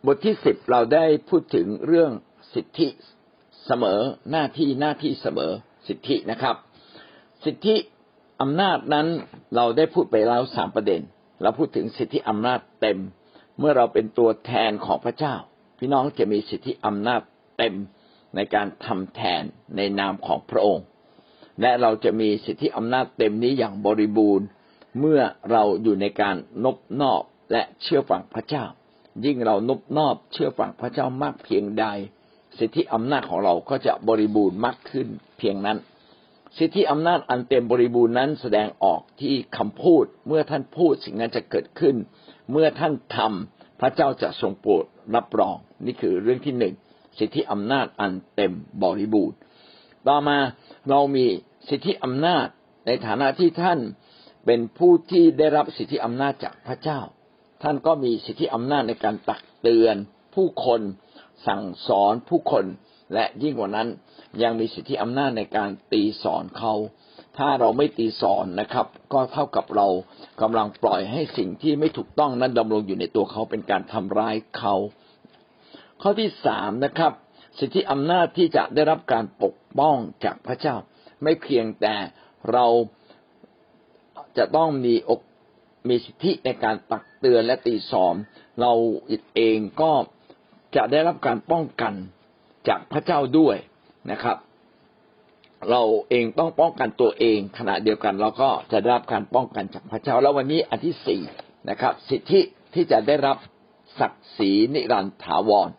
บทที่10เราได้พูดถึงเรื่องสิทธิเสมอหน้าที่เสมอสิทธินะครับสิทธิอำนาจนั้นเราได้พูดไปแล้ว3ประเด็นเราพูดถึงสิทธิอำนาจเต็มเมื่อเราเป็นตัวแทนของพระเจ้าพี่น้องจะมีสิทธิอำนาจเต็มในการทำแทนในนามของพระองค์และเราจะมีสิทธิอำนาจเต็มนี้อย่างบริบูรณ์เมื่อเราอยู่ในการนบนอบและเชื่อฟังพระเจ้ายิ่งเรานบนอบเชื่อฟังพระเจ้ามากเพียงใดสิทธิอำนาจของเราก็จะบริบูรณ์มากขึ้นเพียงนั้นสิทธิอำนาจอันเต็มบริบูรณ์นั้นแสดงออกที่คำพูดเมื่อท่านพูดสิ่งนั้นจะเกิดขึ้นเมื่อท่านทำพระเจ้าจะทรงโปรดรับรองนี่คือเรื่องที่1สิทธิอำนาจอันเต็มบริบูรณ์ต่อมาเรามีสิทธิอำนาจในฐานะที่ท่านเป็นผู้ที่ได้รับสิทธิอำนาจจากพระเจ้าท่านก็มีสิทธิอำนาจในการตักเตือนผู้คนสั่งสอนผู้คนและยิ่งกว่านั้นยังมีสิทธิอำนาจในการตีสอนเขาถ้าเราไม่ตีสอนนะครับก็เท่ากับเรากำลังปล่อยให้สิ่งที่ไม่ถูกต้องนั้นดำรงอยู่ในตัวเขาเป็นการทำร้ายเขาข้อที่3นะครับสิทธิอำนาจที่จะได้รับการปกป้องจากพระเจ้าไม่เพียงแต่เราจะต้องมีสิทธิในการตักเตือนและตีสอนเราเองก็จะได้รับการป้องกันจากพระเจ้าด้วยนะครับเราเองต้องป้องกันตัวเองขณะเดียวกันเราก็จะได้รับการป้องกันจากพระเจ้าแล้ววันนี้อันที่4นะครับสิทธิที่จะได้รับศักดิ์ศรีนิรันดร์ถาวร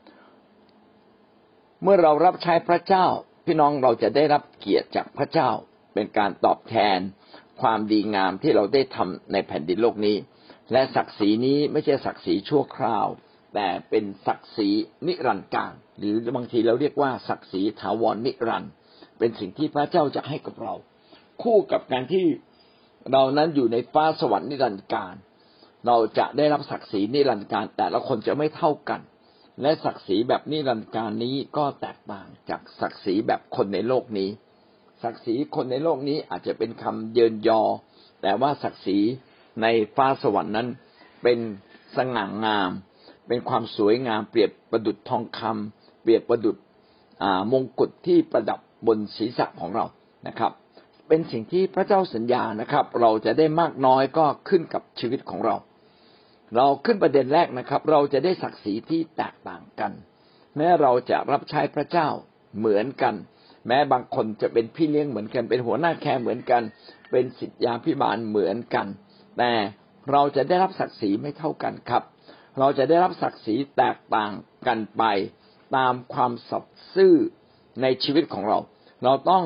เมื่อเรารับใช้พระเจ้าพี่น้องเราจะได้รับเกียรติจากพระเจ้าเป็นการตอบแทนความดีงามที่เราได้ทำในแผ่นดินโลกนี้และศักดิ์ศรีนี้ไม่ใช่ศักดิ์ศรีชั่วคราวแต่เป็นศักดิ์ศรีนิรันดร์การหรือบางทีเราเรียกว่าศักดิ์ศรีถาวรนิรันดร์เป็นสิ่งที่พระเจ้าจะให้กับเราคู่กับการที่เรานั้นอยู่ในฟ้าสวรรค์นิรันดร์การเราจะได้รับศักดิ์ศรีนิรันดร์การแต่ละคนจะไม่เท่ากันและศักดิ์ศรีแบบนิรันดร์การนี้ก็แตกต่างจากศักดิ์ศรีแบบคนในโลกนี้ศักดิ์ศรีคนในโลกนี้อาจจะเป็นคำเยินยอแต่ว่าศักดิ์ศรีในฟ้าสวรรค์นั้นเป็นสง่างามเป็นความสวยงามเปรียบประดุจทองคำเปรียบประดุจมงกุฎที่ประดับบนศีรษะของเรานะครับเป็นสิ่งที่พระเจ้าสัญญานะครับเราจะได้มากน้อยก็ขึ้นกับชีวิตของเราขึ้นประเด็นแรกนะครับเราจะได้ศักดิ์ศรีที่แตกต่างกันแม้เราจะรับใช้พระเจ้าเหมือนกันแม้บางคนจะเป็นพี่เลี้ยงเหมือนกันเป็นหัวหน้าแคร์เหมือนกันเป็นศิษยาภิบาลเหมือนกันแต่เราจะได้รับศักดิ์ศรีไม่เท่ากันครับเราจะได้รับศักดิ์ศรีแตกต่างกันไปตามความสัตย์ซื่อในชีวิตของเราเราต้อง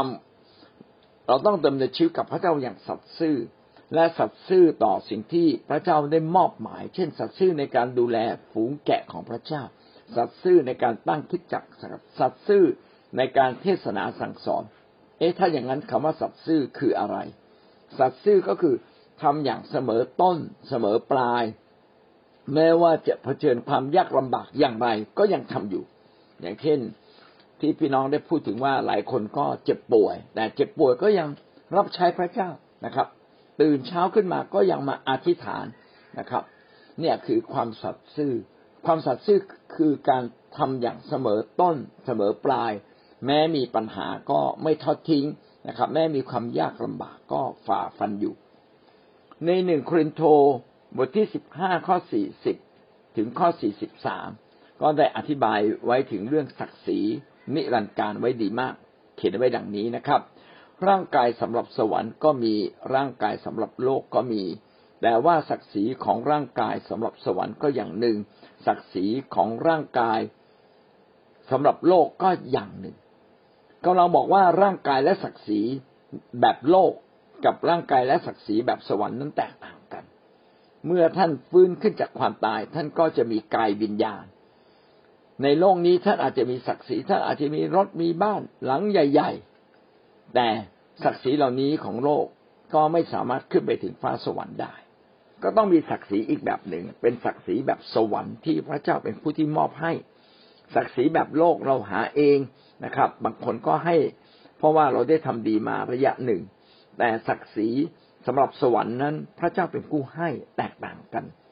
ดำเนินชีวิตกับพระเจ้าอย่างสัตย์ซื่อและสัตย์ซื่อต่อสิ่งที่พระเจ้าได้มอบหมายเช่นสัตย์ซื่อในการดูแลฝูงแกะของพระเจ้าสัตย์ซื่อในการตั้งคริสตจักรสัตย์ซื่อในการเทศนาสั่งสอนถ้าอย่างนั้นคำว่าสัตย์ซื่อคืออะไรสัตย์ซื่อก็คือทำอย่างเสมอต้นเสมอปลายแม้ว่าจะเผชิญความยากลำบากอย่างไรก็ยังทำอยู่อย่างเช่นที่พี่น้องได้พูดถึงว่าหลายคนก็เจ็บป่วยแต่เจ็บป่วยก็ยังรับใช้พระเจ้านะครับตื่นเช้าขึ้นมาก็ยังมาอธิษฐานนะครับเนี่ยคือความสัตย์ซื่อความสัตย์ซื่อคือการทำอย่างเสมอต้นเสมอปลายแม้มีปัญหาก็ไม่ทอดทิ้งนะครับแม้มีความยากลำบากก็ฝ่าฟันอยู่ใน1โครินธ์บทที่15ข้อ40ถึงข้อ43ก็ได้อธิบายไว้ถึงเรื่องศักดิ์ศรีนิรันดร์การไว้ดีมากเขียนไว้ดังนี้นะครับร่างกายสำหรับสวรรค์ก็มีร่างกายสำหรับโลกก็มีแต่ว่าศักดิ์ศรีของร่างกายสำหรับสวรรค์ก็อย่างหนึ่งศักดิ์ศรีของร่างกายสำหรับโลกก็อย่างหนึ่งก็เราบอกว่าร่างกายและศักดิ์ศรีแบบโลกกับร่างกายและศักดิ์ศรีแบบสวรรค์นั้นแตกต่างกันเมื่อท่านฟื้นขึ้นจากความตายท่านก็จะมีกายวิญญาณในโลกนี้ท่านอาจจะมีศักดิ์ศรีท่านอาจจะมีรถมีบ้านหลังใหญ่ๆแต่ศักดิ์ศรีเหล่านี้ของโลกก็ไม่สามารถขึ้นไปถึงฟ้าสวรรค์ได้ก็ต้องมีศักดิ์ศรีอีกแบบหนึ่งเป็นศักดิ์ศรีแบบสวรรค์ที่พระเจ้าเป็นผู้ที่มอบให้ศักดิ์ศรีแบบโลกเราหาเองนะครับบางคนก็ให้เพราะว่าเราได้ทำดีมาระยะหนึ่งแต่ศักดิ์ศรีสำหรับสวรรค์นั้นพระเจ้าเป็นผู้ให้แตกต่างกัน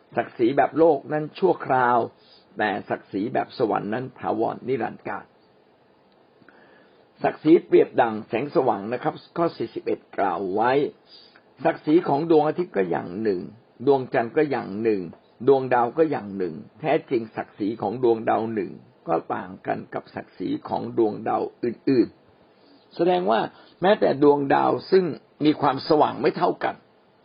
ศักดิ์ศรีแบบโลกนั้นชั่วคราวแต่ศักดิ์ศรีแบบสวรรค์นั้นถาวรนิรันดร์กาลศักดิ์ศรีเปรียบดั่งแสงสว่างนะครับข้อ41กล่าวไว้ศักดิ์ศรีของดวงอาทิตย์ก็อย่างหนึ่งดวงจันทร์ก็อย่างหนึ่งดวงดาวก็อย่างหนึ่งแท้จริงศักดิ์ศรีของดวงดาวหนึ่งก็ต่างกันกับศักดิ์ศรีของดวงดาวอื่นๆแสดงว่าแม้แต่ดวงดาวซึ่งมีความสว่างไม่เท่ากัน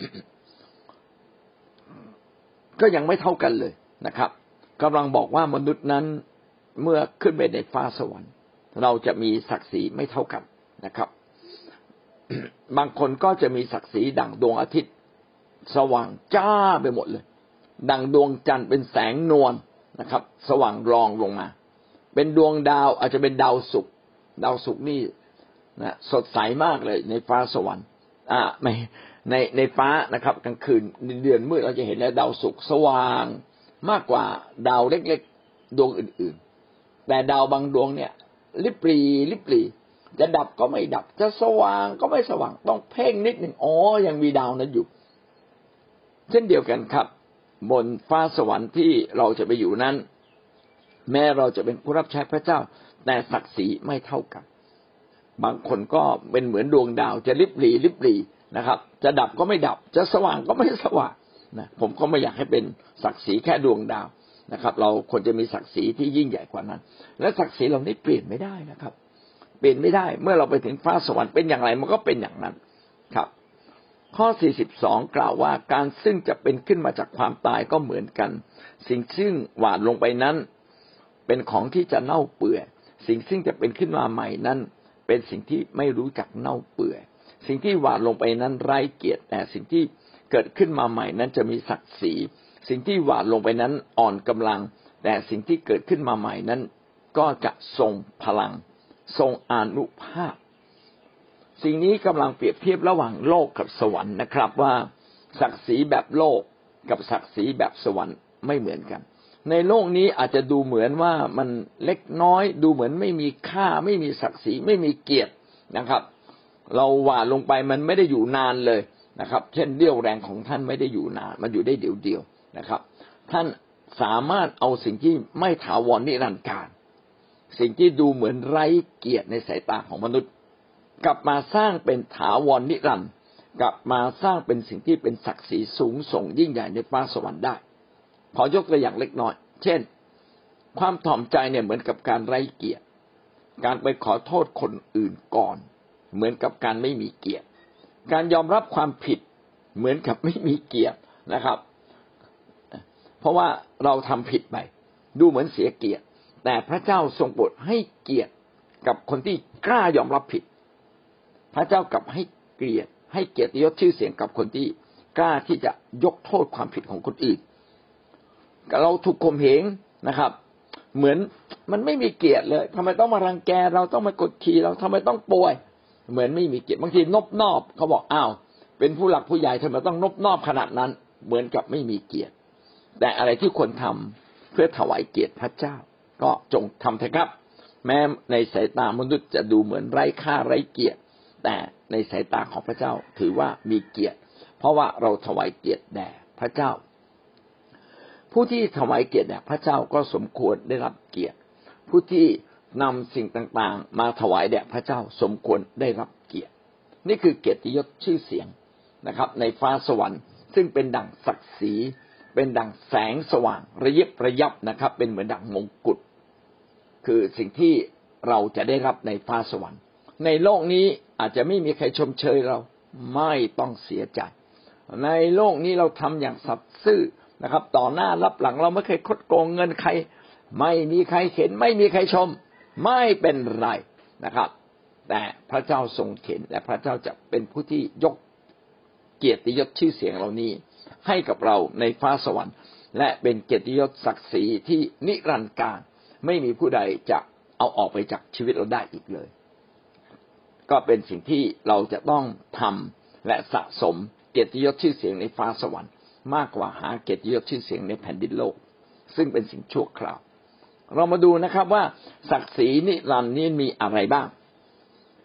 ก็ยังไม่เท่ากันเลยนะครับกำลังบอกว่ามนุษย์นั้นเมื่อขึ้นไปในฟ้าสวรรค์เราจะมีศักดิ์ศรีไม่เท่ากันนะครับ บางคนก็จะมีศักดิ์ศรีดั่งดวงอาทิตย์สว่างจ้าไปหมดเลยดั่งดวงจันทร์เป็นแสงนวลนะครับสว่างรองลงมาเป็นดวงดาวอาจจะเป็นดาวศุกร์นี่นะสดใสมากเลยในฟ้าสวรรค์ในฟ้านะครับกลางคืนเดือนมืดเราจะเห็นแล้วดาวศุกร์สว่างมากกว่าดาวเล็กๆดวงอื่นๆแต่ดาวบางดวงเนี่ยลิบลีจะดับก็ไม่ดับจะสว่างก็ไม่สว่างต้องเพ่งนิดหนึ่งอ๋อยังมีดาวนั้นอยู่เช่นเดียวกันครับบนฟ้าสวรรค์ที่เราจะไปอยู่นั้นแม้เราจะเป็นผู้รับใช้พระเจ้าแต่ศักดิ์ศรีไม่เท่ากันบางคนก็เป็นเหมือนดวงดาวจะลิบลีนะครับจะดับก็ไม่ดับจะสว่างก็ไม่สว่างนะผมก็ไม่อยากให้เป็นศักดิ์ศรีแค่ดวงดาวนะครับเราควรจะมีศักดิ์ศรีที่ยิ่งใหญ่กว่านั้นและศักดิ์ศรีเหล่านี้เปลี่ยนไม่ได้นะครับเปลี่ยนไม่ได้เมื่อเราไปถึงฟ้าสวรรค์เป็นอย่างไรมันก็เป็นอย่างนั้นครับข้อ42กล่าวว่าการซึ่งจะเป็นขึ้นมาจากความตายก็เหมือนกันสิ่งซึ่งหวานลงไปนั้นเป็นของที่จะเน่าเปื่อยสิ่งซึ่งจะเป็นขึ้นมาใหม่นั้นเป็นสิ่งที่ไม่รู้จักเน่าเปื่อยสิ่งที่หวานลงไปนั้นไร้เกียรติแต่สิ่งที่เกิดขึ้นมาใหม่นั้นจะมีศักดิ์ศรีสิ่งที่หวานลงไปนั้นอ่อนกำลังแต่สิ่งที่เกิดขึ้นมาใหม่นั้นก็จะทรงพลังทรงอานุภาพสิ่งนี้กำลังเปรียบเทียบระหว่างโลกกับสวรรค์นะครับว่าศักดิ์ศรีแบบโลกกับศักดิ์ศรีแบบสวรรค์ไม่เหมือนกันในโลกนี้อาจจะดูเหมือนว่ามันเล็กน้อยดูเหมือนไม่มีค่าไม่มีศักดิ์ศรีไม่มีเกียรตินะครับเราหว่านลงไปมันไม่ได้อยู่นานเลยนะครับเช่นเรี่ยวแรงของท่านไม่ได้อยู่นานมันอยู่ได้เดี๋ยวๆนะครับท่านสามารถเอาสิ่งที่ไม่ถาวรนิรันดร์กาลสิ่งที่ดูเหมือนไร้เกียรติในสายตาของมนุษย์กลับมาสร้างเป็นถาวรนิรันดร์กลับมาสร้างเป็นสิ่งที่เป็นศักดิ์ศรีสูงส่งยิ่งใหญ่ในฟ้าสวรรค์ได้ขอยกตัวอย่างเล็กน้อยเช่นความถ่อมใจเนี่ยเหมือนกับการไร้เกียรติการไปขอโทษคนอื่นก่อนเหมือนกับการไม่มีเกียรติการยอมรับความผิดเหมือนกับไม่มีเกียรตินะครับเพราะว่าเราทำผิดไปดูเหมือนเสียเกียรติแต่พระเจ้าทรงโปรดให้เกียรติกับคนที่กล้ายอมรับผิดพระเจ้ากลับให้เกียรติยศชื่อเสียงกับคนที่กล้าที่จะยกโทษความผิดของคนอื่นเราถูกข่มเหงนะครับเหมือนมันไม่มีเกียรติเลยทำไมต้องมารังแกเราต้องมากดขี่เราทำไมต้องป่วยเหมือนไม่มีเกียรติบางทีนบนอบเขาบอกอ้าวเป็นผู้หลักผู้ใหญ่ทำไมต้องนบนอบขนาดนั้นเหมือนกับไม่มีเกียรติแต่อะไรที่ควรทำเพื่อถวายเกียรติพระเจ้าก็จงทำเถอะครับแม้ในสายตามนุษย์จะดูเหมือนไร้ค่าไร้เกียรติแต่ในสายตาของพระเจ้าถือว่ามีเกียรติเพราะว่าเราถวายเกียรติแด่พระเจ้าผู้ที่ถวายเกียรติแด่พระเจ้าก็สมควรได้รับเกียรติผู้ที่นำสิ่งต่างๆมาถวายแด่พระเจ้าสมควรได้รับเกียรตินี่คือเกียรติยศชื่อเสียงนะครับในฟ้าสวรรค์ซึ่งเป็นดั่งศักดิ์ศรีเป็นดั่งแสงสว่างระยิบระยับนะครับเป็นเหมือนดั่งมงกุฎคือสิ่งที่เราจะได้รับในฟ้าสวรรค์ในโลกนี้อาจจะไม่มีใครชมเชยเราไม่ต้องเสียใจในโลกนี้เราทำอย่างสัตย์ซื่อนะครับต่อหน้ารับหลังเราไม่เคยคดโกงเงินใครไม่มีใครเห็นไม่มีใครชมไม่เป็นไรนะครับแต่พระเจ้าทรงเห็นและพระเจ้าจะเป็นผู้ที่ยกเกียรติยศชื่อเสียงเหล่านี้ให้กับเราในฟ้าสวรรค์และเป็นเกียรติยศศักดิ์ศรีที่นิรันดร์กาลไม่มีผู้ใดจะเอาออกไปจากชีวิตเราได้อีกเลยก็เป็นสิ่งที่เราจะต้องทำและสะสมเกียรติยศชื่อเสียงในฟ้าสวรรค์มากกว่าหาเกียรติยศชื่อเสียงในแผ่นดินโลกซึ่งเป็นสิ่งชั่วคราวเรามาดูนะครับว่าศักดิ์ศรีนิรันดร์นี้มีอะไรบ้าง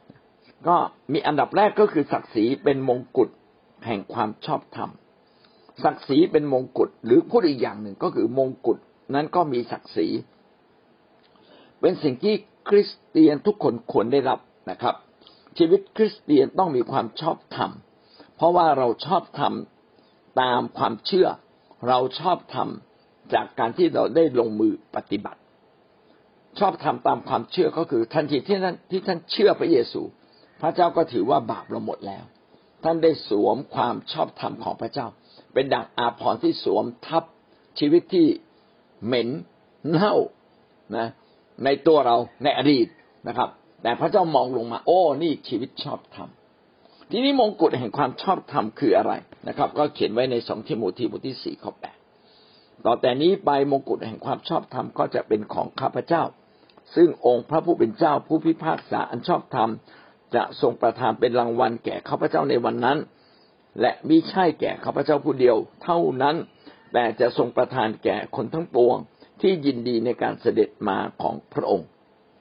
ก็มีอันดับแรกก็คือศักดิ์ศรีเป็นมงกุฎแห่งความชอบธรรมศักดิ์ศรีเป็นมงกุฎหรือพูดอีกอย่างหนึ่งก็คือมงกุฎนั้นก็มีศักดิ์ศรีเป็นสิ่งที่คริสเตียนทุกคนควรได้รับนะครับชีวิตคริสเตียนต้องมีความชอบธรรมเพราะว่าเราชอบธรรมตามความเชื่อเราชอบธรรมจากการที่เราได้ลงมือปฏิบัติชอบธรรมตามความเชื่อก็คือทันทีที่ท่านเชื่อพระเยซูพระเจ้าก็ถือว่าบาปเราหมดแล้วท่านได้สวมความชอบธรรมของพระเจ้าเป็นดั่งอาภรณ์ที่สวมทับชีวิตที่เหม็นเน่านะในตัวเราในอดีตนะครับแต่พระเจ้ามองลงมาโอ้นี่ชีวิตชอบธรรมทีนี้มงกุฎแห่งความชอบธรรมคืออะไรนะครับก็เขียนไว้ใน2ทิโมธีบทที่4ข้อ8ต่อแต่นี้ไปมงกุฎแห่งความชอบธรรมก็จะเป็นของข้าพเจ้าซึ่งองค์พระผู้เป็นเจ้าผู้พิพากษาอันชอบธรรมจะทรงประทานเป็นรางวัลแก่ข้าพเจ้าในวันนั้นและมิใช่แก่ข้าพเจ้าผู้เดียวเท่านั้นแต่จะทรงประทานแก่คนทั้งปวงที่ยินดีในการเสด็จมาของพระองค์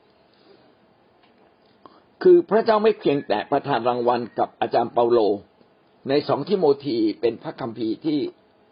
คือพระเจ้าไม่เพียงแต่ประทานรางวัลกับอาจารย์เปาโลใน2ทิโมธีเป็นพระคัมภีร์ที่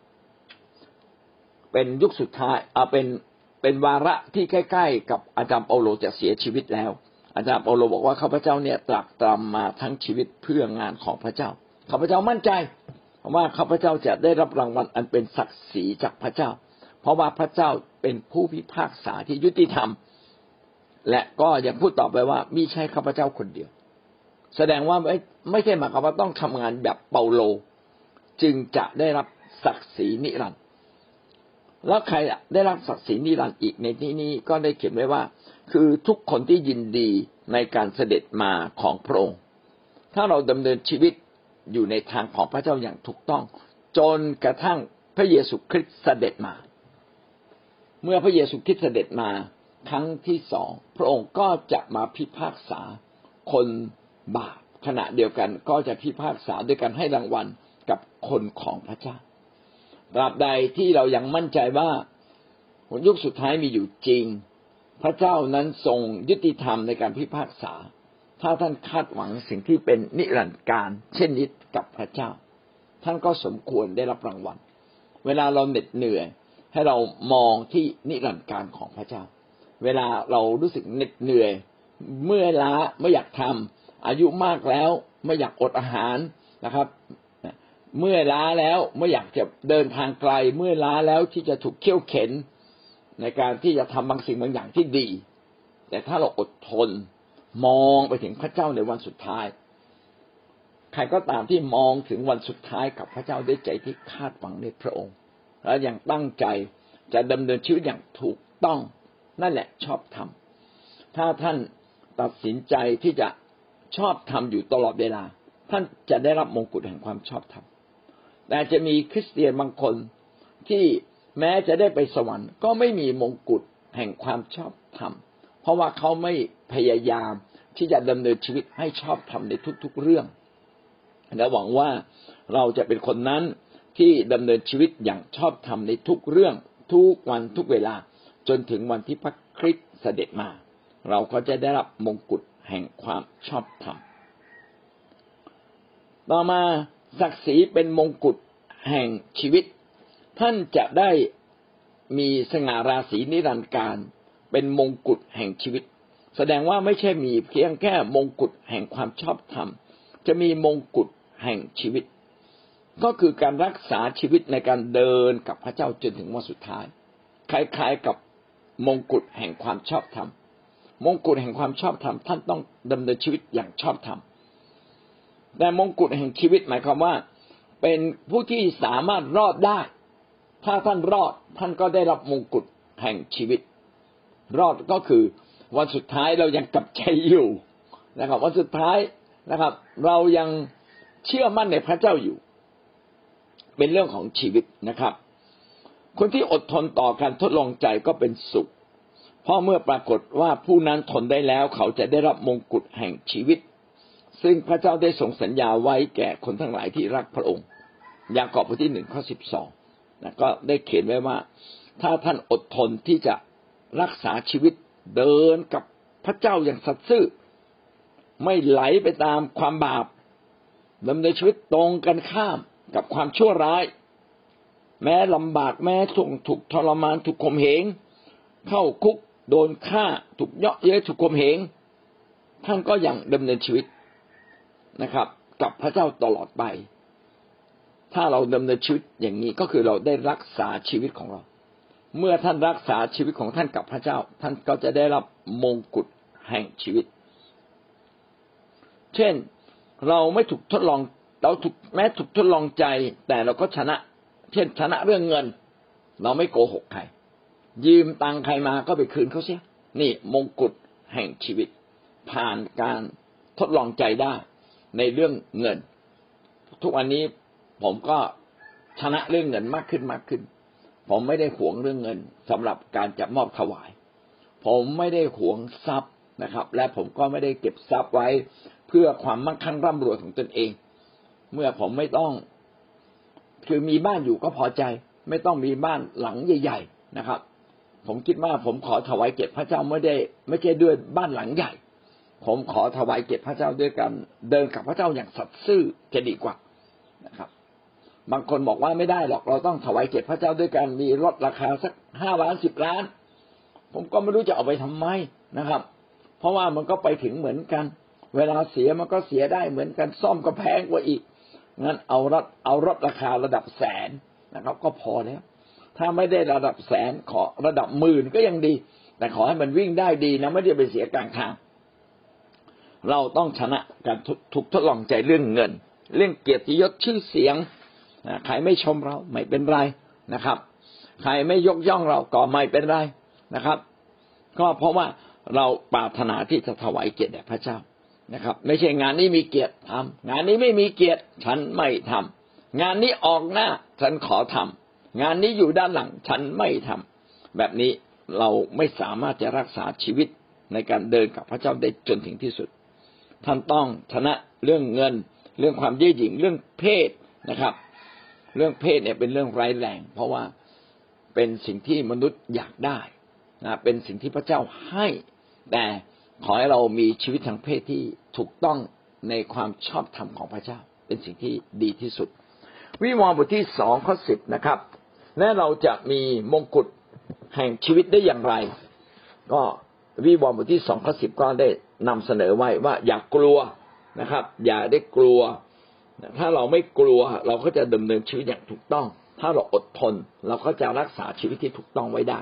เป็นยุคสุดท้ายเป็นวาระที่ใกล้ๆกับอาจารย์เปาโลจะเสียชีวิตแล้วอาจารย์เปาโลบอกว่าข้าพเจ้าเนี่ยตรากตรำมาทั้งชีวิตเพื่องานของพระเจ้าข้าพเจ้ามั่นใจว่าข้าพเจ้าจะได้รับรางวัลอันเป็นศักดิ์ศรีจากพระเจ้าเพราะว่าพระเจ้าเป็นผู้พิพากษาที่ยุติธรรมและก็ยังพูดต่อไปว่ามิใช่ข้าพเจ้าคนเดียวแสดงว่าไม่ใช่หมายความว่าต้องทำงานแบบเปาโลจึงจะได้รับศักดิ์ศรีนิรันดร์แล้วใครได้รับศักดิ์ศรีนิรันดร์อีกในที่นี้ก็ได้เขียนไว้ว่าคือทุกคนที่ยินดีในการเสด็จมาของพระองค์ถ้าเราดำเนินชีวิตอยู่ในทางของพระเจ้าอย่างถูกต้องจนกระทั่งพระเยซูคริสต์เสด็จมาเมื่อพระเยซูคริสต์เสด็จมาครั้งที่2พระองค์ก็จะมาพิพากษาคนบาปขณะเดียวกันก็จะพิพากษาด้วยการให้รางวัลกับคนของพระเจ้าตราบใดที่เรายังมั่นใจว่ายุคสุดท้ายมีอยู่จริงพระเจ้านั้นทรงยุติธรรมในการพิพากษาถ้าท่านคาดหวังสิ่งที่เป็นนิรันดร์การเช่นนี้กับพระเจ้าท่านก็สมควรได้รับรางวัลเวลาเราเหน็ดเหนื่อยให้เรามองที่นิรันดร์การของพระเจ้าเวลาเรารู้สึกเหน็ดเหนื่อยเมื่อยล้าไม่อยากทำอายุมากแล้วไม่อยากอดอาหารนะครับเมื่อยล้าแล้วไม่อยากจะเดินทางไกลเมื่อยล้าแล้วที่จะถูกเคี่ยวเข็นในการที่จะทำบางสิ่งบางอย่างที่ดีแต่ถ้าเราอดทนมองไปถึงพระเจ้าในวันสุดท้ายใครก็ตามที่มองถึงวันสุดท้ายกับพระเจ้าด้วยใจที่คาดหวังในพระองค์และยังตั้งใจจะดำเนินชีวิตอย่างถูกต้องนั่นแหละชอบธรรมถ้าท่านตัดสินใจที่จะชอบธรรมอยู่ตลอดเวลาท่านจะได้รับมงกุฎแห่งความชอบธรรมแต่จะมีคริสเตียนบางคนที่แม้จะได้ไปสวรรค์ก็ไม่มีมงกุฎแห่งความชอบธรรมเพราะว่าเขาไม่พยายามที่จะดำเนินชีวิตให้ชอบธรรมในทุกๆเรื่องและหวังว่าเราจะเป็นคนนั้นที่ดำเนินชีวิตอย่างชอบธรรมในทุกเรื่องทุกวันทุกเวลาจนถึงวันที่พระคริสต์เสด็จมาเราก็จะได้รับมงกุฎแห่งความชอบธรรมต่อมาศักดิ์ศรีเป็นมงกุฎแห่งชีวิตท่านจะได้มีสง่าราศีนิรันดร์การเป็นมงกุฎแห่งชีวิตแสดงว่าไม่ใช่มีเพียงแค่มงกุฎแห่งความชอบธรรมจะมีมงกุฎแห่งชีวิตก็คือการรักษาชีวิตในการเดินกับพระเจ้าจนถึงวันสุดท้ายคล้ายๆกับมงกุฎแห่งความชอบธรรมมงกุฎแห่งความชอบธรรมท่านต้องดำเนินชีวิตอย่างชอบธรรมแต่มงกุฎแห่งชีวิตหมายความว่าเป็นผู้ที่สามารถรอดได้ถ้าท่านรอดท่านก็ได้รับมงกุฎแห่งชีวิตรอดก็คือวันสุดท้ายเรายังกลับใจอยู่นะครับวันสุดท้ายนะครับเรายังเชื่อมั่นในพระเจ้าอยู่เป็นเรื่องของชีวิตนะครับคนที่อดทนต่อการทดลองใจก็เป็นสุขเพราะเมื่อปรากฏว่าผู้นั้นทนได้แล้วเขาจะได้รับมงกุฎแห่งชีวิตซึ่งพระเจ้าได้ทรงสัญญาไว้แก่คนทั้งหลายที่รักพระองค์ยากอบบทที่1ข้อ12นะก็ได้เขียนไว้ว่าถ้าท่านอดทนที่จะรักษาชีวิตเดินกับพระเจ้าอย่างสัตย์ซื่อไม่ไหลไปตามความบาปดำเนินชีวิตตรงกันข้ามกับความชั่วร้ายแม้ลำบากแม้ถูกทรมานถูกข่มเหงเข้าคุกโดนฆ่าถูกเยาะเย้ยถูกข่มเหงท่านก็ยังดำเนินชีวิตนะครับกับพระเจ้าตลอดไปถ้าเราดำเนินชีวิตอย่างนี้ก็คือเราได้รักษาชีวิตของเราเมื่อท่านรักษาชีวิตของท่านกับพระเจ้าท่านก็จะได้รับมงกุฎแห่งชีวิตเช่นเราไม่ถูกทดลองแม้ถูกทดลองใจแต่เราก็ชนะเช่นชนะเรื่องเงินเราไม่โกหกใครยืมตังค์ใครมาก็ไปคืนเขาเสียนี่มงกุฎแห่งชีวิตผ่านการทดลองใจได้ในเรื่องเงินทุกวันนี้ผมก็ชนะเรื่องเงินมากขึ้นผมไม่ได้หวงเรื่องเงินสำหรับการจะมอบถวายผมไม่ได้หวงทรัพย์นะครับและผมก็ไม่ได้เก็บทรัพย์ไว้เพื่อความมั่งคั่งร่ำรวยของตนเองเมื่อผมไม่ต้องคือมีบ้านอยู่ก็พอใจไม่ต้องมีบ้านหลังใหญ่ๆนะครับผมคิดว่าผมขอถวายเกียรติพระเจ้าไม่ใช่ด้วยบ้านหลังใหญ่ผมขอถวายเกียรติพระเจ้าด้วยการเดินกับพระเจ้าอย่างสัตย์ซื่อจะดีกว่านะครับบางคนบอกว่าไม่ได้หรอกเราต้องถวายเกียรติพระเจ้าด้วยการมีรถราคาสัก5 ล้าน10 ล้านผมก็ไม่รู้จะเอาไปทำไมนะครับเพราะว่ามันก็ไปถึงเหมือนกันเวลาเสียมันก็เสียได้เหมือนกันซ่อมก็แพงกว่าอีกงั้นเอารถราคาระดับแสนนะครับก็พอแล้วถ้าไม่ได้ระดับแสนขอระดับหมื่นก็ยังดีแต่ขอให้มันวิ่งได้ดีนะไม่ได้ไปเสียกลางทางเราต้องชนะการถูกทดลองใจเรื่องเงินเรื่องเกียรติยศชื่อเสียงใครไม่ชมเราไม่เป็นไรนะครับใครไม่ยกย่องเราก็ไม่เป็นไรนะครับก็เพราะว่าเราปรารถนาที่จะถวายเกียรติแด่พระเจ้านะครับไม่ใช่งานนี้มีเกียรติทำงานนี้ไม่มีเกียรติฉันไม่ทำงานนี้ออกหน้าฉันขอทำงานนี้อยู่ด้านหลังฉันไม่ทำแบบนี้เราไม่สามารถจะรักษาชีวิตในการเดินกับพระเจ้าได้จนถึงที่สุดท่านต้องชนะเรื่องเงินเรื่องความเย่อหยิ่งเรื่องเพศนะครับเรื่องเพศเนี่ยเป็นเรื่องร้ายแรงเพราะว่าเป็นสิ่งที่มนุษย์อยากได้นะเป็นสิ่งที่พระเจ้าให้แต่ขอให้เรามีชีวิตทางเพศที่ถูกต้องในความชอบธรรมของพระเจ้าเป็นสิ่งที่ดีที่สุดวิวรณ์บทที่2 ข้อ 10นะครับและเราจะมีมงกุฎแห่งชีวิตได้อย่างไรก็วิวรณ์บทที่2 ข้อ 10ก็ได้นำเสนอไว้ว่าอย่ากลัวนะครับอย่าได้กลัวถ้าเราไม่กลัวเราก็จะดำเนินชีวิตอย่างถูกต้องถ้าเราอดทนเราก็จะรักษาชีวิตที่ถูกต้องไว้ได้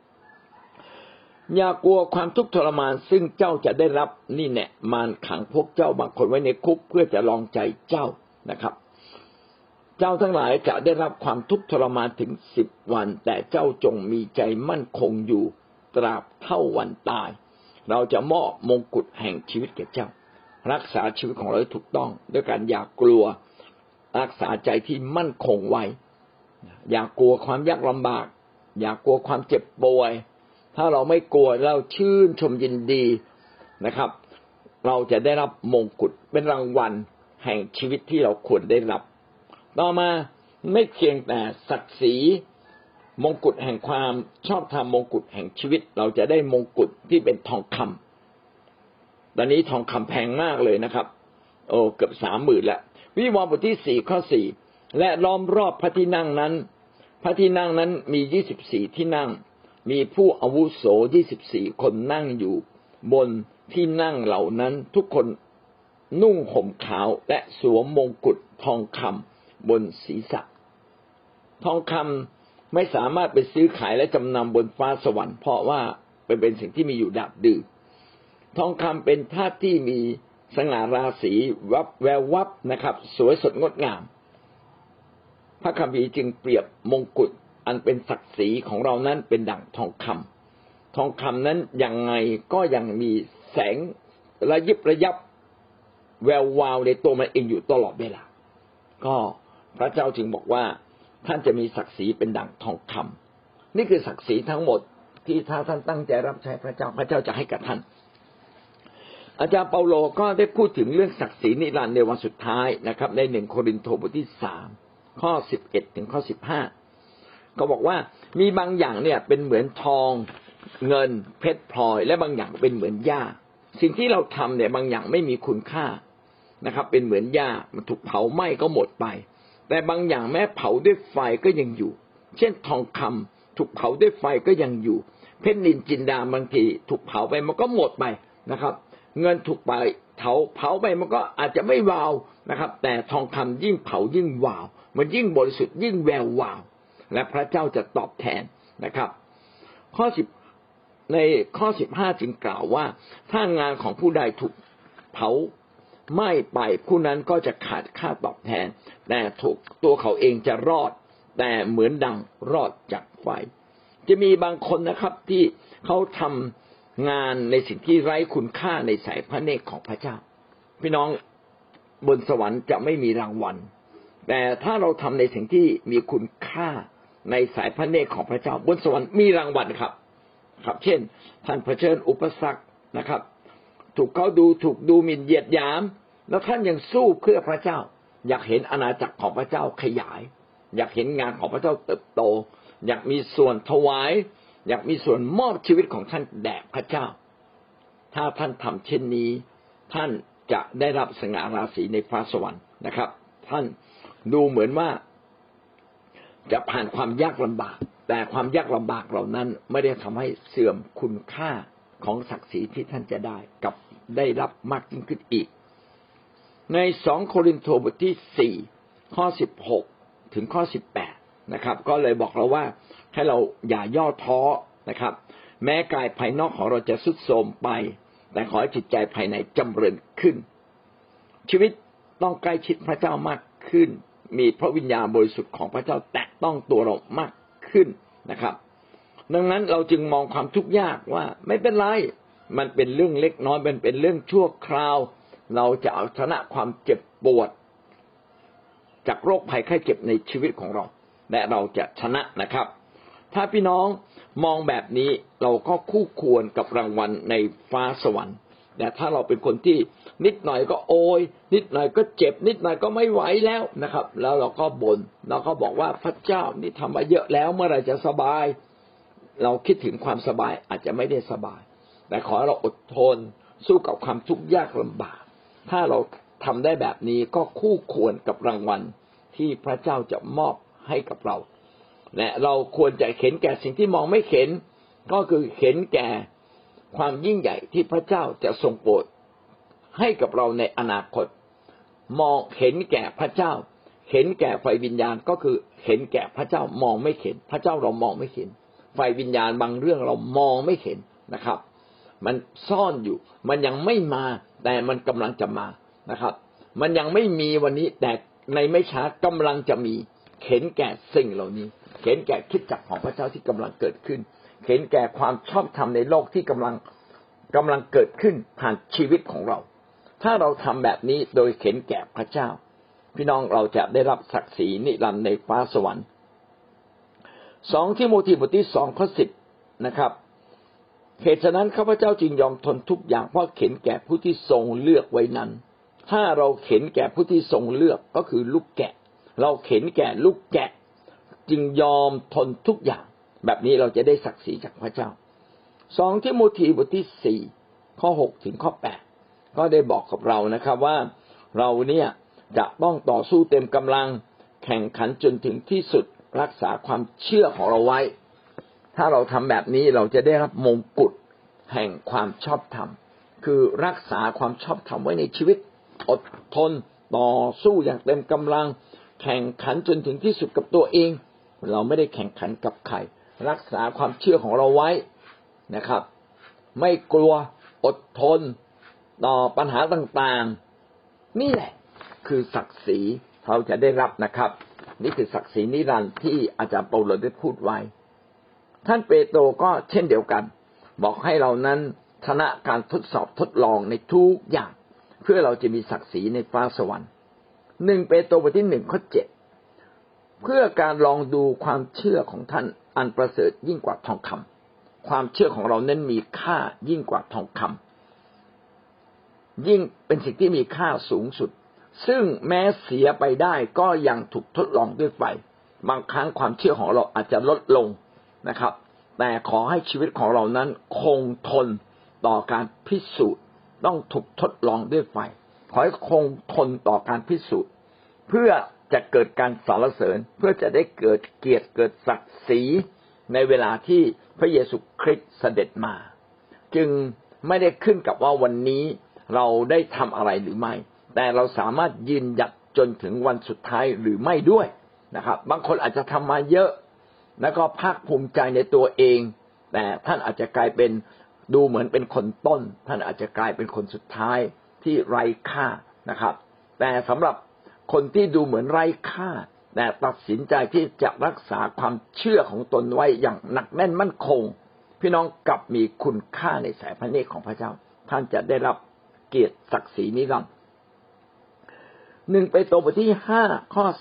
อย่ากลัวความทุกข์ทรมานซึ่งเจ้าจะได้รับนี่แน่มารขังพวกเจ้าบางคนไว้ในคุกเพื่อจะลองใจเจ้านะครับเจ้าทั้งหลายจะได้รับความทุกข์ทรมานถึง10 วันแต่เจ้าจงมีใจมั่นคงอยู่ตราบเท่าวันตายเราจะมอบมงกุฎแห่งชีวิตแก่เจ้ารักษาชีวิตของเราให้ถูกต้องด้วยการอย่ากลัวรักษาใจที่มั่นคงไว้อย่ากลัวความยากลำบากอย่ากลัวความเจ็บป่วยถ้าเราไม่กลัวเราชื่นชมยินดีนะครับเราจะได้รับมงกุฎเป็นรางวัลแห่งชีวิตที่เราควรได้รับต่อมาไม่เพียงแต่ศักดิ์ศรีมงกุฎแห่งความชอบธรรมมงกุฎแห่งชีวิตเราจะได้มงกุฎที่เป็นทองคำตอนนี้ทองคำแพงมากเลยนะครับเกือบ30,000แล้ววิวรณ์บทที่4 ข้อ 4และล้อมรอบพระที่นั่งนั้นพระที่นั่งนั้นมี24ที่นั่งมีผู้อาวุโส24คนนั่งอยู่บนที่นั่งเหล่านั้นทุกคนนุ่งห่มขาวและสวมมงกุฎทองคำบนศีรษะทองคำไม่สามารถไปซื้อขายและจำนำบนฟ้าสวรรค์เพราะว่าเป็นสิ่งที่มีอยู่ดับดื้อทองคำเป็นธาตุที่มีสง่าราศีวับแวววับนะครับสวยสดงดงามพระคัมภีร์จึงเปรียบมงกุฎอันเป็นศักดิ์ศรีของเรานั้นเป็นดั่งทองคำทองคำนั้นยังไงก็ยังมีแสงระยิบระยับแวววาวในตัวมันเองอยู่ตลอดเวลาก็พระเจ้าจึงบอกว่าท่านจะมีศักดิ์ศรีเป็นดั่งทองคำนี่คือศักดิ์ศรีทั้งหมดที่ถ้าท่านตั้งใจรับใช้พระเจ้าพระเจ้าจะให้กับท่านอาจารย์เปาโลก็ได้พูดถึงเรื่องศักดิ์ศรีนิรันดร์ในวันสุดท้ายนะครับใน1 โครินธ์บทที่3 ข้อ 11 ถึงข้อ 15ก็บอกว่ามีบางอย่างเนี่ยเป็นเหมือนทองเงินเพชรพลอยและบางอย่างเป็นเหมือนหญ้าสิ่งที่เราทำเนี่ยบางอย่างไม่มีคุณค่านะครับเป็นเหมือนหญ้ามันถูกเผาไหม้ก็หมดไปแต่บางอย่างแม้เผาด้วยไฟก็ยังอยู่เช่นทองคำถูกเผาด้วยไฟก็ยังอยู่เพชรนินจินดาบางทีถูกเผาไปมันก็หมดไปนะครับเงินถูกเผาไปมันก็อาจจะไม่วาวนะครับแต่ทองคำยิ่งเผายิ่งวาวมันยิ่งบริสุทธิ์ยิ่งแวววาวและพระเจ้าจะตอบแทนนะครับในข้อ15จึงกล่าวว่าถ้างานของผู้ใดถูกเผาไหม้ไปผู้นั้นก็จะขาดค่าตอบแทนแต่ตัวเขาเองจะรอดแต่เหมือนดังรอดจากไฟจะมีบางคนนะครับที่เขาทำงานในสิ่งที่ไร้คุณค่าในสายพระเนตรของพระเจ้าพี่น้องบนสวรรค์จะไม่มีรางวัลแต่ถ้าเราทำในสิ่งที่มีคุณค่าในสายพระเนตรของพระเจ้าบนสวรรค์มีรางวัลครับเช่นท่านเผชิญอุปสรรคนะครับถูกดูหมิ่นเหยียดหยามแล้วท่านยังสู้เพื่อพระเจ้าอยากเห็นอาณาจักรของพระเจ้าขยายอยากเห็นงานของพระเจ้าเติบโตอยากมีส่วนถวายอยากมีส่วนมอบชีวิตของท่านแด่พระเจ้าถ้าท่านทำเช่นนี้ท่านจะได้รับสง่าราศีในฟ้าสวรรค์นะครับท่านดูเหมือนว่าจะผ่านความยากลำบากแต่ความยากลำบากเหล่านั้นไม่ได้ทำให้เสื่อมคุณค่าของศักดิ์ศรีที่ท่านจะได้กับได้รับมากยิ่งขึ้นอีกใน2โครินธ์บทที่4ข้อ16ถึงข้อ18นะครับก็เลยบอกเราว่าให้เราอย่าย่อท้อนะครับแม้กายภายนอกของเราจะทรุดโทรมไปแต่ขอให้จิตใจภายในจำเริญขึ้นชีวิตต้องใกล้ชิดพระเจ้ามากขึ้นมีพระวิญญาณบริสุทธิ์ของพระเจ้าแตะต้องตัวเรามากขึ้นนะครับดังนั้นเราจึงมองความทุกข์ยากว่าไม่เป็นไรมันเป็นเรื่องเล็กน้อยมันเป็นเรื่องชั่วคราวเราจะเอาชนะความเจ็บปวดจากโรคภัยไข้เจ็บในชีวิตของเราและเราจะชนะนะครับถ้าพี่น้องมองแบบนี้เราก็คู่ควรกับรางวัลในฟ้าสวรรค์แต่ถ้าเราเป็นคนที่นิดหน่อยก็โอยนิดหน่อยก็เจ็บนิดหน่อยก็ไม่ไหวแล้วนะครับแล้วเราก็บ่นเราก็บอกว่าพระเจ้านี่ทำมาเยอะแล้วเมื่อไหร่จะสบายเราคิดถึงความสบายอาจจะไม่ได้สบายแต่ขอเราอดทนสู้กับความทุกข์ยากลำบากถ้าเราทำได้แบบนี้ก็คู่ควรกับรางวัลที่พระเจ้าจะมอบให้กับเราและเราควรจะเห็นแก่สิ่งที่มองไม่เห็นก็คือเห็นแก่ความยิ่งใหญ่ที่พระเจ้าจะทรงโปรดให้กับเราในอนาคตมองเห็นแก่พระเจ้าเห็นแก่ไฟวิญญาณก็คือเห็นแก่พระเจ้ามองไม่เห็นพระเจ้าเรามองไม่เห็นไฟวิญญาณบางเรื่องเรามองไม่เห็นนะครับมันซ่อนอยู่มันยังไม่มาแต่มันกำลังจะมานะครับมันยังไม่มีวันนี้แต่ในไม่ช้ากำลังจะมีเห็นแก่สิ่งเหล่านี้เห็นแก่คริสตจักรของพระเจ้าที่กำลังเกิดขึ้นเห็นแก่ความชอบธรรมในโลกที่กำลังเกิดขึ้นผ่านชีวิตของเราถ้าเราทำแบบนี้โดยเห็นแก่พระเจ้าพี่น้องเราจะได้รับศักดิ์ศรีนิรันดร์ในฟ้าสวรรค์2ทิโมธีบทที่2ข้อ10นะครับเหตุฉะนั้นข้าพเจ้าจึงยอมทนทุกอย่างเพราะเห็นแก่ผู้ที่ทรงเลือกไว้นั้นถ้าเราเห็นแก่ผู้ที่ทรงเลือกก็คือลูกแกะเราเห็นแก่ลูกแกะจึงยอมทนทุกอย่างแบบนี้เราจะได้ศักดิ์ศรีจากพระเจ้า2ทิโมธีบทที่4ข้อ6ถึงข้อ8ก็ได้บอกกับเรานะครับว่าเราเนี่ยจะต้องต่อสู้เต็มกำลังแข่งขันจนถึงที่สุดรักษาความเชื่อของเราไว้ถ้าเราทำแบบนี้เราจะได้รับมงกุฎแห่งความชอบธรรมคือรักษาความชอบธรรมไว้ในชีวิตอดทนต่อสู้อย่างเต็มกำลังแข่งขันจนถึงที่สุดกับตัวเองเราไม่ได้แข่งขันกับใครรักษาความเชื่อของเราไว้นะครับไม่กลัวอดทนต่อปัญหาต่างๆนี่แหละคือศักดิ์ศรีเราจะได้รับนะครับนี่คือศักดิ์ศรีนิรันดร์ที่อาจารย์เปาโลได้พูดไว้ท่านเปโตรก็เช่นเดียวกันบอกให้เรานั้นชนะการทดสอบทดลองในทุกอย่างเพื่อเราจะมีศักดิ์ศรีในฟ้าสวรรค์1เปโตรบทที่1ข้อ7เพื่อการลองดูความเชื่อของท่านอันประเสริฐยิ่งกว่าทองคำความเชื่อของเรานั้นมีค่ายิ่งกว่าทองคำยิ่งเป็นสิ่งที่มีค่าสูงสุดซึ่งแม้เสียไปได้ก็ยังถูกทดลองด้วยไฟบางครั้งความเชื่อของเราอาจจะลดลงนะครับแต่ขอให้ชีวิตของเรานั้นคงทนต่อการพิสูจน์ต้องถูกทดลองด้วยไฟขอให้คงทนต่อการพิสูจน์เพื่อจะเกิดการสรรเสริญเพื่อจะได้เกิดเกียรติเกิดศักดิ์ศรีในเวลาที่พระเยซูคริสต์เสด็จมาจึงไม่ได้ขึ้นกับว่าวันนี้เราได้ทำอะไรหรือไม่แต่เราสามารถยืนหยัดจนถึงวันสุดท้ายหรือไม่ด้วยนะครับบางคนอาจจะทำมาเยอะแล้วก็ภาคภูมิใจในตัวเองแต่ท่านอาจจะกลายเป็นดูเหมือนเป็นคนต้นท่านอาจจะกลายเป็นคนสุดท้ายที่ไร้ค่านะครับแต่สำหรับคนที่ดูเหมือนไร้ค่าแต่ตัดสินใจที่จะรักษาความเชื่อของตนไว้อย่างหนักแน่นมั่นคงพี่น้องกลับมีคุณค่าในสายพระเนตรของพระเจ้าท่านจะได้รับเกียรติศักดิ์ศรีนิรันดร์1เปโตรบทที่5ข้อ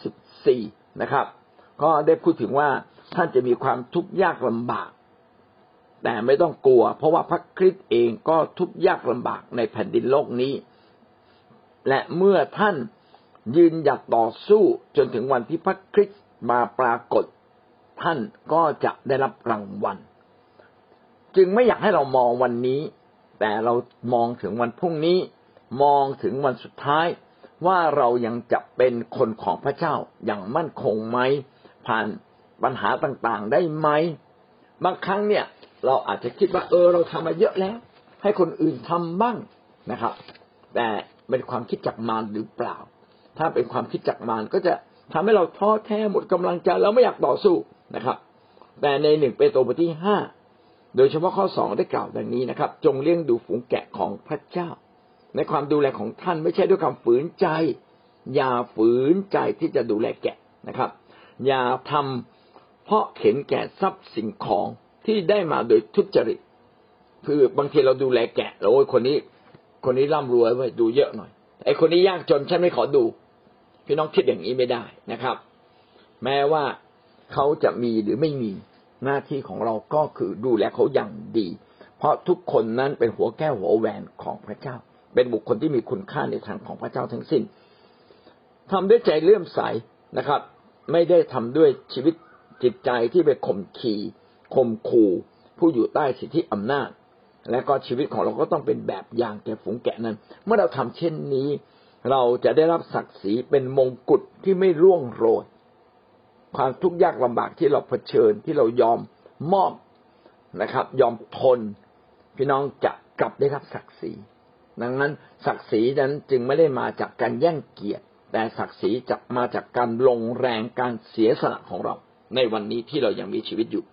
14นะครับก็ได้พูดถึงว่าท่านจะมีความทุกข์ยากลำบากแต่ไม่ต้องกลัวเพราะว่าพระคริสต์เองก็ทุกข์ยากลำบากในแผ่นดินโลกนี้และเมื่อท่านยืนหยัดต่อสู้จนถึงวันที่พระคริสต์มาปรากฏท่านก็จะได้รับรางวัลจึงไม่อยากให้เรามองวันนี้แต่เรามองถึงวันพรุ่งนี้มองถึงวันสุดท้ายว่าเรายังจะเป็นคนของพระเจ้าอย่างมั่นคงไหมผ่านปัญหาต่างๆได้ไหมบางครั้งเนี่ยเราอาจจะคิดว่าเราทำมาเยอะแล้วให้คนอื่นทำบ้างนะครับแต่เป็นความคิดจากมารหรือเปล่าถ้าเป็นความคิดจากมารก็จะทำให้เราท้อแท้หมดกำลังใจแล้วไม่อยากต่อสู้นะครับแต่ใน1เปโตรบทที่5โดยเฉพาะข้อ2ได้กล่าวดังนี้นะครับจงเลี้ยงดูฝูงแกะของพระเจ้าในความดูแลของท่านไม่ใช่ด้วยความฝืนใจอย่าฝืนใจที่จะดูแลแกะนะครับอย่าทำเพราะเห็นแก่ทรัพย์สิ่งของที่ได้มาโดยทุจริตคือบางทีเราดูแลแกะแล้วคนนี้ร่ำรวยไว้ดูเยอะหน่อยไอ้คนนี้ยากจนฉันไม่ขอดูพี่น้องคิดอย่างนี้ไม่ได้นะครับแม้ว่าเขาจะมีหรือไม่มีหน้าที่ของเราก็คือดูแลเขาอย่างดีเพราะทุกคนนั้นเป็นหัวแก้วหัวแหวนของพระเจ้าเป็นบุคคลที่มีคุณค่าในทางของพระเจ้าทั้งสิ้นทำด้วยใจเลื่อมใสนะครับไม่ได้ทำด้วยชีวิตจิตใจที่ไปข่มขู่ผู้อยู่ใต้สิทธิอำนาจและก็ชีวิตของเราก็ต้องเป็นแบบอย่างแก่ฝูงแกะนั้นเมื่อเราทำเช่นนี้เราจะได้รับศักดิ์ศรีเป็นมงกุฎที่ไม่ร่วงโรยความทุกข์ยากลำบากที่เราเผชิญที่เรายอมมอบนะครับยอมทนพี่น้องจะกลับได้รับศักดิ์ศรีดังนั้นศักดิ์ศรีนั้นจึงไม่ได้มาจากการแย่งเกียรติแต่ศักดิ์ศรีจะมาจากการลงแรงการเสียสละของเราในวันนี้ที่เรายังมีชีวิตอยู่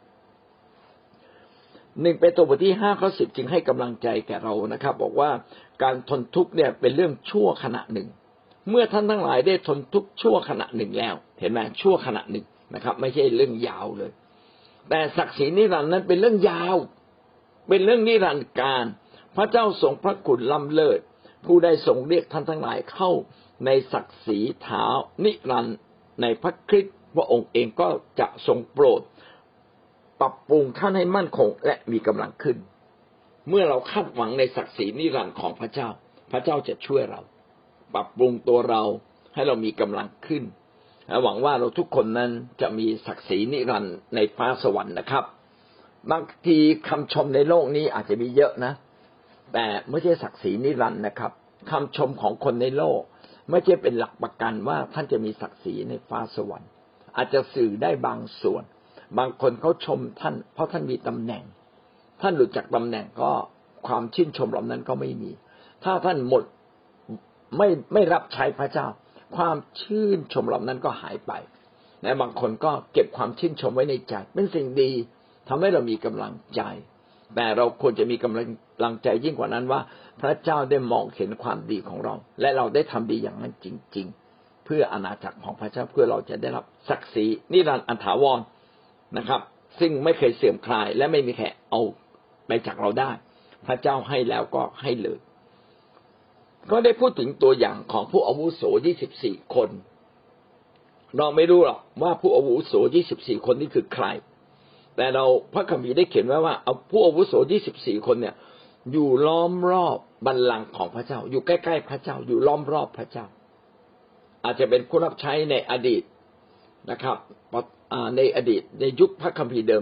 1เปโตรบทที่5ข้อ10จึงให้กำลังใจแก่เรานะครับบอกว่าการทนทุกข์เนี่ยเป็นเรื่องชั่วขณะหนึ่งเมื่อท่านทั้งหลายได้ทนทุกข์ชั่วขณะหนึ่งแล้วเห็นไหมชั่วขณะหนึ่งนะครับไม่ใช่เรื่องยาวเลยแต่ศักดิ์ศรีนิรันดร์นั้นเป็นเรื่องยาวเป็นเรื่องนิรันดร์การพระเจ้าทรงพระคุณล้ำเลิศผู้ได้ทรงเรียกท่านทั้งหลายเข้าในศักดิ์ศรีถาวนิรันดร์ในพระคริสต์พระองค์เองก็จะทรงโปรดปรับปรุงท่านให้มั่นคงและมีกำลังขึ้นเมื่อเราคาดหวังในศักดิ์ศรีนิรันดร์ของพระเจ้าพระเจ้าจะช่วยเราปรับปรุงตัวเราให้เรามีกำลังขึ้นหวังว่าเราทุกคนนั้นจะมีศักดิ์ศรีนิรันดร์ในฟ้าสวรรค์นะครับบางทีคำชมในโลกนี้อาจจะมีเยอะนะแต่ไม่ใช่ศักดิ์ศรีนิรันดร์นะครับคำชมของคนในโลกไม่ใช่เป็นหลักประกันว่าท่านจะมีศักดิ์ศรีในฟ้าสวรรค์อาจจะสื่อได้บางส่วนบางคนเขาชมท่านเพราะท่านมีตำแหน่งท่านหลุดจากตำแหน่งก็ความชื่นชมเหล่านั้นก็ไม่มีถ้าท่านหมดไม่รับใช้พระเจ้าความชื่นชมเหล่านั้นก็หายไปและบางคนก็เก็บความชื่นชมไว้ในใจเป็นสิ่งดีทำให้เรามีกำลังใจแต่เราควรจะมีกำลังใจยิ่งกว่านั้นว่าพระเจ้าได้มองเห็นความดีของเราและเราได้ทำดีอย่างนั้นจริงๆเพื่ออาณาจักรของพระเจ้าเพื่อเราจะได้รับศักดิ์ศรีนิรันดร์อันถาวรนะครับซึ่งไม่เคยเสื่อมคลายและไม่มีใครเอาไปจากเราได้พระเจ้าให้แล้วก็ให้เลยก็ได้พูดถึงตัวอย่างของผู้อาวุโส24คนเราไม่รู้หรอกว่าผู้อาวุโส24คนนี้คือใครแต่เราพระคัมภีร์ได้เขียนไว้ว่าเอาผู้อาวุโส24คนเนี่ยอยู่ล้อมรอบบัลลังก์ของพระเจ้าอยู่ใกล้ๆพระเจ้าอยู่ล้อมรอบพระเจ้าอาจจะเป็นผู้รับใช้ในอดีตนะครับในอดีตในยุคพระคัมภีร์เดิม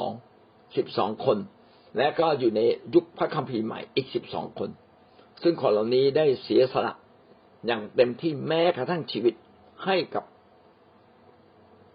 12คนและก็อยู่ในยุคพระคัมภีร์ใหม่อีก12คนซึ่งคนเหล่านี้ได้เสียสละอย่างเต็มที่แม้กระทั่งชีวิตให้กับ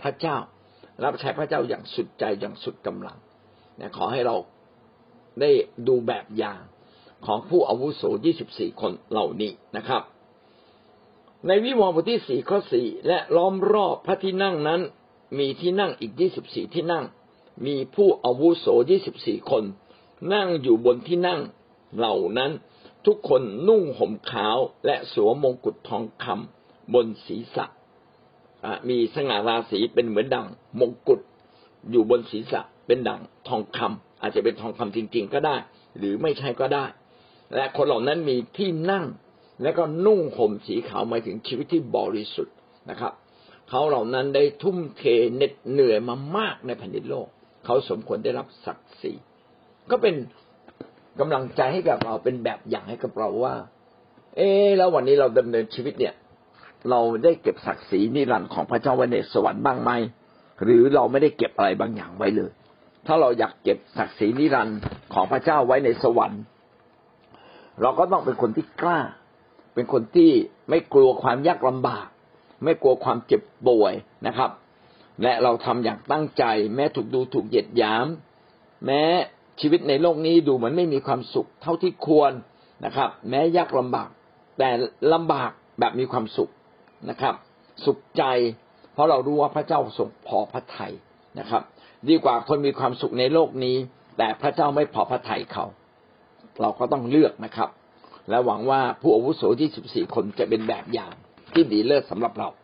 พระเจ้ารับใช้พระเจ้าอย่างสุดใจอย่างสุดกำลังขอให้เราได้ดูแบบอย่างของผู้อาวุโส24คนเหล่านี้นะครับในวิวรณ์บทที่4ข้อ4และล้อมรอบพระที่นั่งนั้นมีที่นั่งอีก24ที่นั่งมีผู้อาวุโส24คนนั่งอยู่บนที่นั่งเหล่านั้นทุกคนนุ่งห่มขาวและสวมมงกุฎทองคำบนศีรษะมีสง่าราศีเป็นเหมือนดั่งมงกุฎอยู่บนศีรษะเป็นดั่งทองคำอาจจะเป็นทองคำจริงๆก็ได้หรือไม่ใช่ก็ได้และคนเหล่านั้นมีที่นั่งและก็นุ่งห่มสีขาวหมายถึงชีวิตที่บริสุทธิ์นะครับเขาเหล่านั้นได้ทุ่มเทเหน็ดเหนื่อยมามากในแผ่นดินโลกเขาสมควรได้รับศักดิ์ศรีก็เป็นกำลังใจให้กับเราเป็นแบบอย่างให้กับเราว่าแล้ววันนี้เราดำเนินชีวิตเนี่ยเราได้เก็บศักดิ์ศรีนิรันดร์ของพระเจ้าไว้ในสวรรค์บ้างไหมหรือเราไม่ได้เก็บอะไรบางอย่างไว้เลยถ้าเราอยากเก็บศักดิ์ศรีนิรันดร์ของพระเจ้าไว้ในสวรรค์เราก็ต้องเป็นคนที่กล้าเป็นคนที่ไม่กลัวความยากลำบากไม่กลัวความเจ็บป่วยนะครับและเราทำอย่างตั้งใจแม้ถูกดูถูกเหยียดหยามแม้ชีวิตในโลกนี้ดูเหมือนไม่มีความสุขเท่าที่ควรนะครับแม้ยากลำบากแต่ลำบากแบบมีความสุขนะครับสุขใจเพราะเรารู้ว่าพระเจ้าทรงพอพระทัยนะครับดีกว่าคนมีความสุขในโลกนี้แต่พระเจ้าไม่พอพระทัยเขาเราก็ต้องเลือกนะครับและหวังว่าผู้อาวุโสที่14คนจะเป็นแบบอย่างที่ดีเลิศสำหรับเรา